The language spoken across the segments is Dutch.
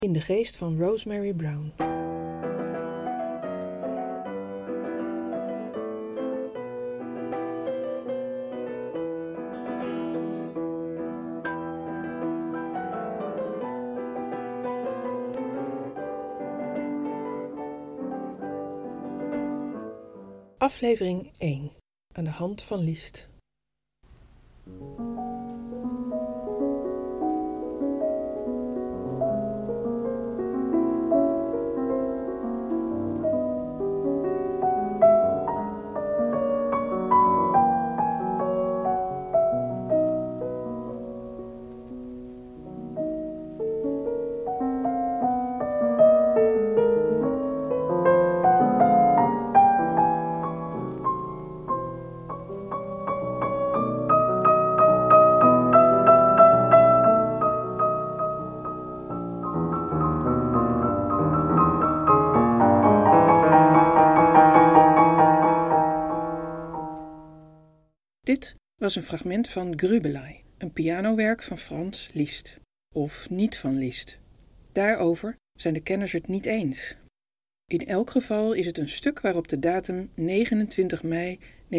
In de geest van Rosemary Brown. Aflevering 1. Aan de hand van Liszt. Dit was een fragment van Grübelei, een pianowerk van Franz Liszt, of niet van Liszt. Daarover zijn de kenners het niet eens. In elk geval is het een stuk waarop de datum 29 mei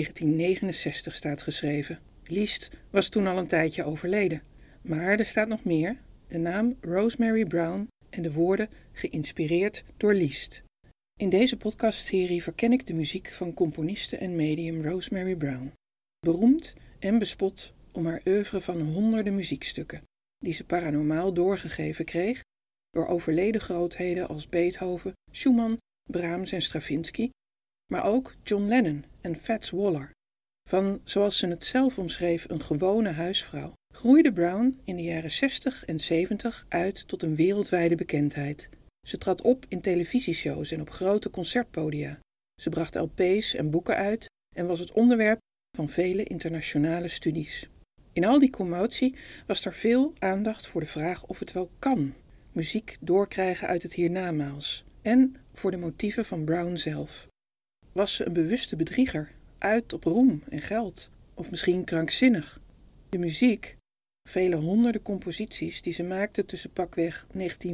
1969 staat geschreven. Liszt was toen al een tijdje overleden, maar er staat nog meer, de naam Rosemary Brown en de woorden geïnspireerd door Liszt. In deze podcastserie verken ik de muziek van componiste en medium Rosemary Brown. Beroemd en bespot om haar oeuvre van honderden muziekstukken, die ze paranormaal doorgegeven kreeg door overleden grootheden als Beethoven, Schumann, Brahms en Stravinsky, maar ook John Lennon en Fats Waller. Van, zoals ze het zelf omschreef, een gewone huisvrouw, groeide Brown in de jaren 60 en 70 uit tot een wereldwijde bekendheid. Ze trad op in televisieshows en op grote concertpodia. Ze bracht LP's en boeken uit en was het onderwerp van vele internationale studies. In al die commotie was er veel aandacht voor de vraag of het wel kan, muziek doorkrijgen uit het hiernamaals, en voor de motieven van Brown zelf. Was ze een bewuste bedrieger, uit op roem en geld, of misschien krankzinnig? De muziek, vele honderden composities die ze maakte tussen pakweg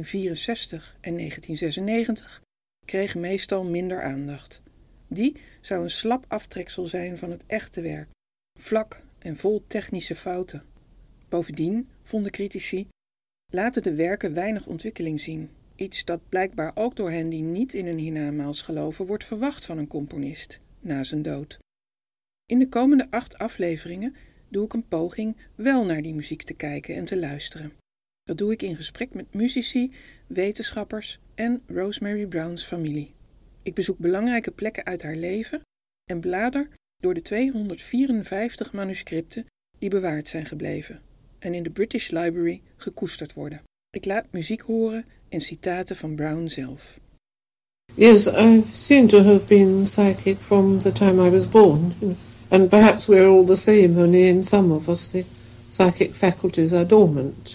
1964 en 1996, kregen meestal minder aandacht. Die zou een slap aftreksel zijn van het echte werk, vlak en vol technische fouten. Bovendien, vonden critici, laten de werken weinig ontwikkeling zien, iets dat blijkbaar ook door hen die niet in een hiernamaals geloven wordt verwacht van een componist, na zijn dood. In de komende 8 afleveringen doe ik een poging wel naar die muziek te kijken en te luisteren. Dat doe ik in gesprek met muzici, wetenschappers en Rosemary Brown's familie. Ik bezoek belangrijke plekken uit haar leven en blader door de 254 manuscripten die bewaard zijn gebleven en in de British Library gekoesterd worden. Ik laat muziek horen en citaten van Brown zelf. Yes, I seem to have been psychic from the time I was born. And perhaps we're all the same, only in some of us the psychic faculties are dormant.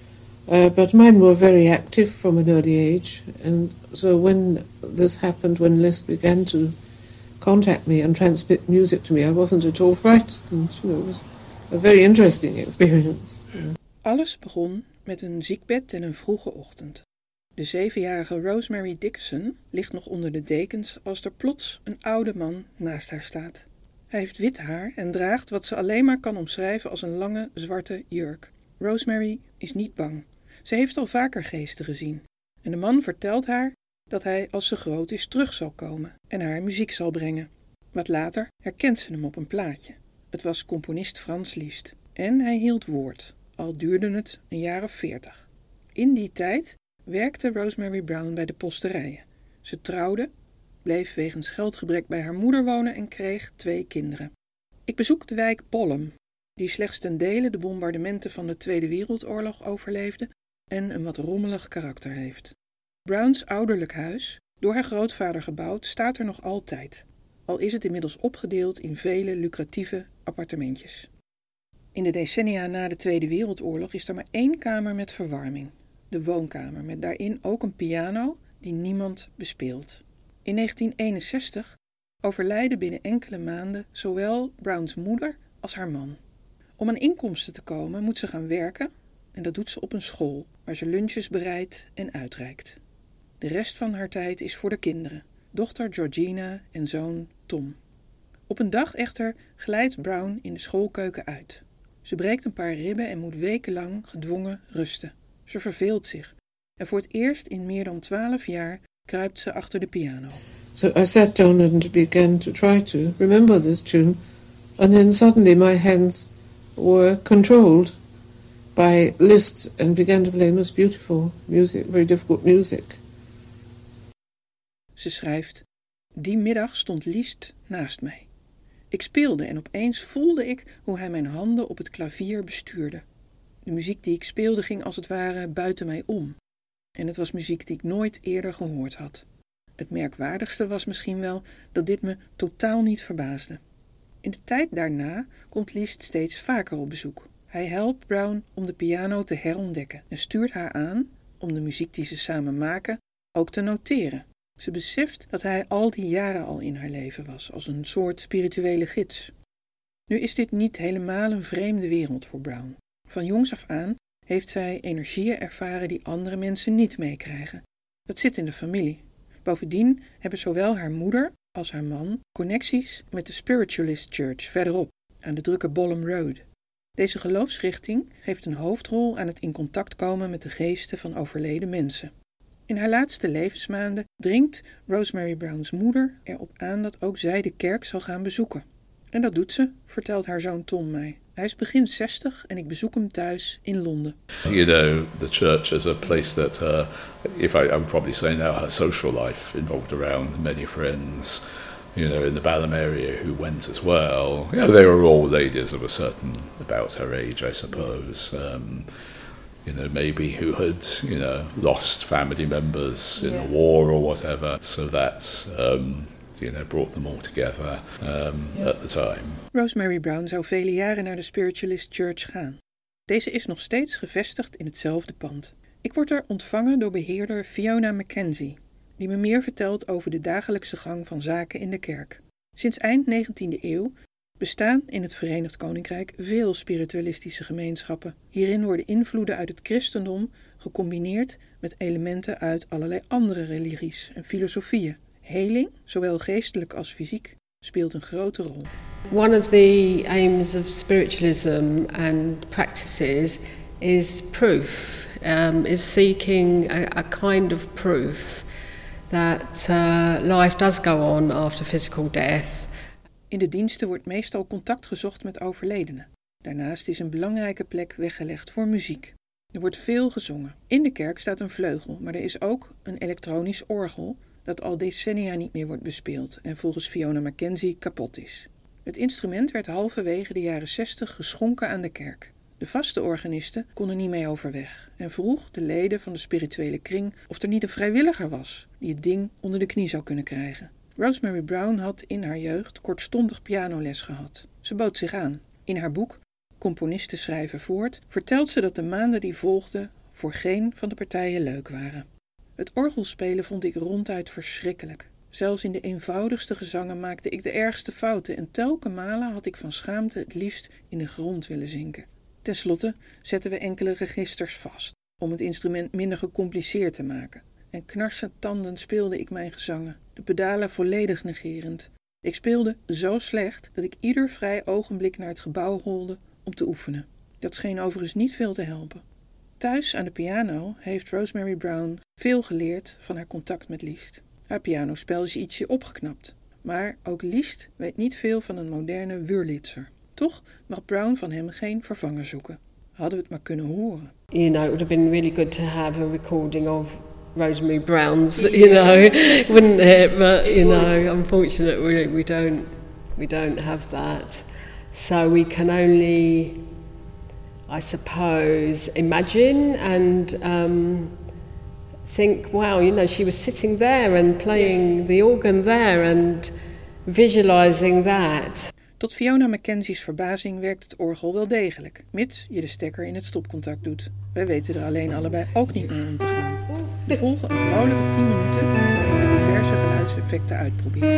But mine were very active from an early age, and so when this happened, when Liszt began to contact me and transmit music to me, I wasn't at all frightened. It was a very interesting experience. Alles begon met een ziekbed en een vroege ochtend. De 7-jarige Rosemary Dickinson ligt nog onder de dekens als er plots een oude man naast haar staat. Hij heeft wit haar en draagt wat ze alleen maar kan omschrijven als een lange zwarte jurk. Rosemary is niet bang. Ze heeft al vaker geesten gezien. En de man vertelt haar dat hij als ze groot is terug zal komen en haar muziek zal brengen. Wat later herkent ze hem op een plaatje. Het was componist Franz Liszt. En hij hield woord, al duurde het een jaar of 40. In die tijd werkte Rosemary Brown bij de posterijen. Ze trouwde, bleef wegens geldgebrek bij haar moeder wonen en kreeg 2 kinderen. Ik bezoek de wijk Bollum, die slechts ten dele de bombardementen van de Tweede Wereldoorlog overleefde en een wat rommelig karakter heeft. Browns ouderlijk huis, door haar grootvader gebouwd, staat er nog altijd, al is het inmiddels opgedeeld in vele lucratieve appartementjes. In de decennia na de Tweede Wereldoorlog is er maar 1 kamer met verwarming, de woonkamer, met daarin ook een piano die niemand bespeelt. In 1961 overlijden binnen enkele maanden zowel Browns moeder als haar man. Om aan inkomsten te komen moet ze gaan werken en dat doet ze op een school waar ze lunches bereidt en uitreikt. De rest van haar tijd is voor de kinderen, dochter Georgina en zoon Tom. Op een dag echter glijdt Brown in de schoolkeuken uit. Ze breekt een paar ribben en moet wekenlang gedwongen rusten. Ze verveelt zich en voor het eerst in meer dan 12 jaar kruipt ze achter de piano. So I sat down and began to try to remember this tune, and then suddenly my hands were controlled by Liszt and began to play most beautiful music, very difficult music. Ze schrijft: die middag stond Liszt naast mij. Ik speelde en opeens voelde ik hoe hij mijn handen op het klavier bestuurde. De muziek die ik speelde ging als het ware buiten mij om. En het was muziek die ik nooit eerder gehoord had. Het merkwaardigste was misschien wel dat dit me totaal niet verbaasde. In de tijd daarna komt Liszt steeds vaker op bezoek. Hij helpt Brown om de piano te herontdekken en stuurt haar aan om de muziek die ze samen maken ook te noteren. Ze beseft dat hij al die jaren al in haar leven was, als een soort spirituele gids. Nu is dit niet helemaal een vreemde wereld voor Brown. Van jongs af aan heeft zij energieën ervaren die andere mensen niet meekrijgen. Dat zit in de familie. Bovendien hebben zowel haar moeder als haar man connecties met de Spiritualist Church verderop, aan de drukke Bollum Road. Deze geloofsrichting geeft een hoofdrol aan het in contact komen met de geesten van overleden mensen. In haar laatste levensmaanden dringt Rosemary Brown's moeder erop aan dat ook zij de kerk zal gaan bezoeken. En dat doet ze, vertelt haar zoon Tom mij. Hij is begin 60 en ik bezoek hem thuis in Londen. You know, the church is a place that, I would probably say now, her social life involved around many friends, you know, in the Balham area who went as well. You know, they were all ladies of a certain, about her age, I suppose. You know, maybe who had, you know, lost family members in a war or whatever. So that, you know, brought them all together at the time. Rosemary Brown zou vele jaren naar de Spiritualist Church gaan. Deze is nog steeds gevestigd in hetzelfde pand. Ik word er ontvangen door beheerder Fiona Mackenzie, die me meer vertelt over de dagelijkse gang van zaken in de kerk. Sinds eind 19e eeuw bestaan in het Verenigd Koninkrijk veel spiritualistische gemeenschappen. Hierin worden invloeden uit het christendom gecombineerd met elementen uit allerlei andere religies en filosofieën. Heling, zowel geestelijk als fysiek, speelt een grote rol. One of the aims of spiritualism and practices is proof, is seeking a kind of proof that life does go on after physical death. In de diensten wordt meestal contact gezocht met overledenen. Daarnaast is een belangrijke plek weggelegd voor muziek. Er wordt veel gezongen. In de kerk staat een vleugel, maar er is ook een elektronisch orgel dat al decennia niet meer wordt bespeeld en volgens Fiona Mackenzie kapot is. Het instrument werd halverwege de jaren 60 geschonken aan de kerk. De vaste organisten kon er niet mee overweg en vroeg de leden van de spirituele kring of er niet een vrijwilliger was die het ding onder de knie zou kunnen krijgen. Rosemary Brown had in haar jeugd kortstondig pianoles gehad. Ze bood zich aan. In haar boek Componisten schrijven voort vertelt ze dat de maanden die volgden voor geen van de partijen leuk waren. Het orgelspelen vond ik ronduit verschrikkelijk. Zelfs in de eenvoudigste gezangen maakte ik de ergste fouten en telkens malen had ik van schaamte het liefst in de grond willen zinken. Ten slotte zetten we enkele registers vast, om het instrument minder gecompliceerd te maken. En knarsend tandend speelde ik mijn gezangen, de pedalen volledig negerend. Ik speelde zo slecht dat ik ieder vrij ogenblik naar het gebouw holde om te oefenen. Dat scheen overigens niet veel te helpen. Thuis aan de piano heeft Rosemary Brown veel geleerd van haar contact met Liszt. Haar pianospel is ietsje opgeknapt, maar ook Liszt weet niet veel van een moderne Wurlitzer. Toch mag Brown van hem geen vervanger zoeken. Hadden we het maar kunnen horen. You know, it would have been really good to have a recording of Rosemary Brown's, you know, wouldn't it? But you know, unfortunately, we don't have that. So we can only, I suppose, imagine and think, wow, you know, she was sitting there and playing the organ there and visualizing that. Tot Fiona Mackenzie's verbazing werkt het orgel wel degelijk, mits je de stekker in het stopcontact doet. Wij weten er alleen allebei ook niet mee om te gaan. Er volgen een vrolijke 10 minuten waarin we diverse geluidseffecten uitproberen.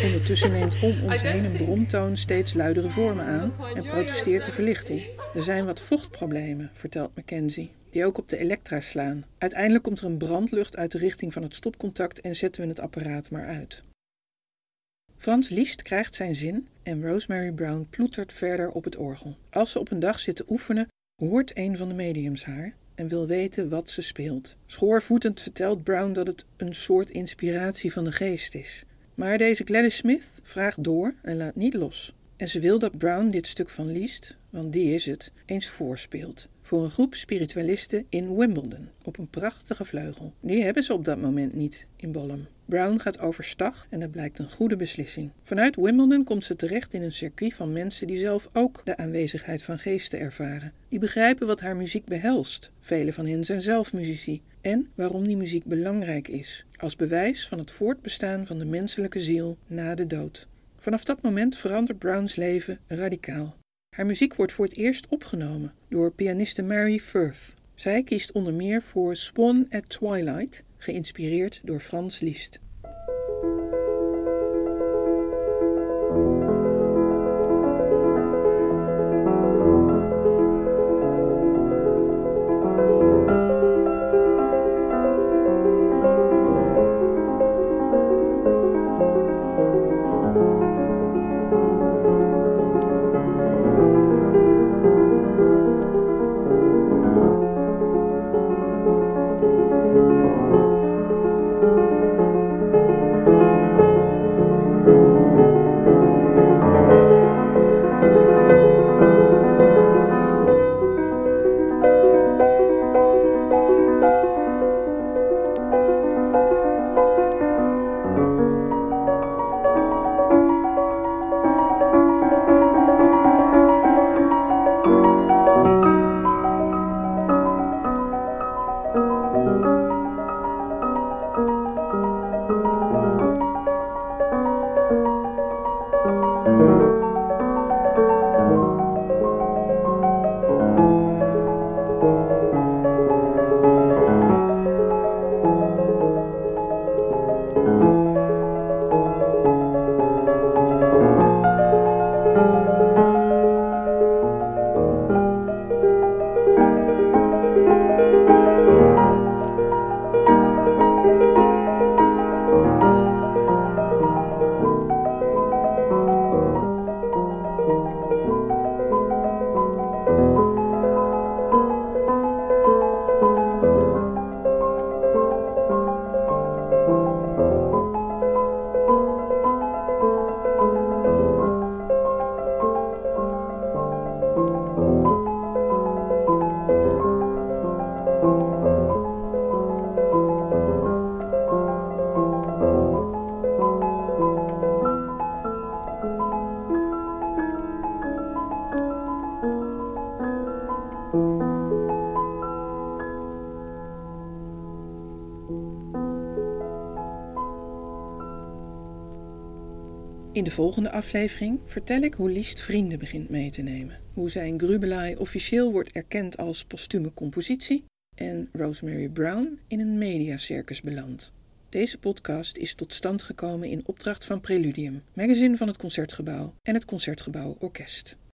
Ondertussen neemt om ons heen een bromtoon steeds luidere vormen aan en protesteert de verlichting. Er zijn wat vochtproblemen, vertelt Mackenzie, die ook op de elektra slaan. Uiteindelijk komt er een brandlucht uit de richting van het stopcontact en zetten we het apparaat maar uit. Franz Liszt krijgt zijn zin en Rosemary Brown ploetert verder op het orgel. Als ze op een dag zit te oefenen, hoort een van de mediums haar en wil weten wat ze speelt. Schoorvoetend vertelt Brown dat het een soort inspiratie van de geest is. Maar deze Gladys Smith vraagt door en laat niet los. En ze wil dat Brown dit stuk van Liszt, want die is het, eens voorspeelt. Voor een groep spiritualisten in Wimbledon, op een prachtige vleugel. Die hebben ze op dat moment niet in Bollum. Brown gaat overstag en dat blijkt een goede beslissing. Vanuit Wimbledon komt ze terecht in een circuit van mensen die zelf ook de aanwezigheid van geesten ervaren. Die begrijpen wat haar muziek behelst. Velen van hen zijn zelf muzici. En waarom die muziek belangrijk is. Als bewijs van het voortbestaan van de menselijke ziel na de dood. Vanaf dat moment verandert Browns leven radicaal. Haar muziek wordt voor het eerst opgenomen door pianiste Mary Firth. Zij kiest onder meer voor Swan at Twilight, geïnspireerd door Franz Liszt. In de volgende aflevering vertel ik hoe Liszt vrienden begint mee te nemen. Hoe zijn Grübelei officieel wordt erkend als postume compositie en Rosemary Brown in een mediacircus belandt. Deze podcast is tot stand gekomen in opdracht van Preludium, magazine van het Concertgebouw en het Concertgebouw Orkest.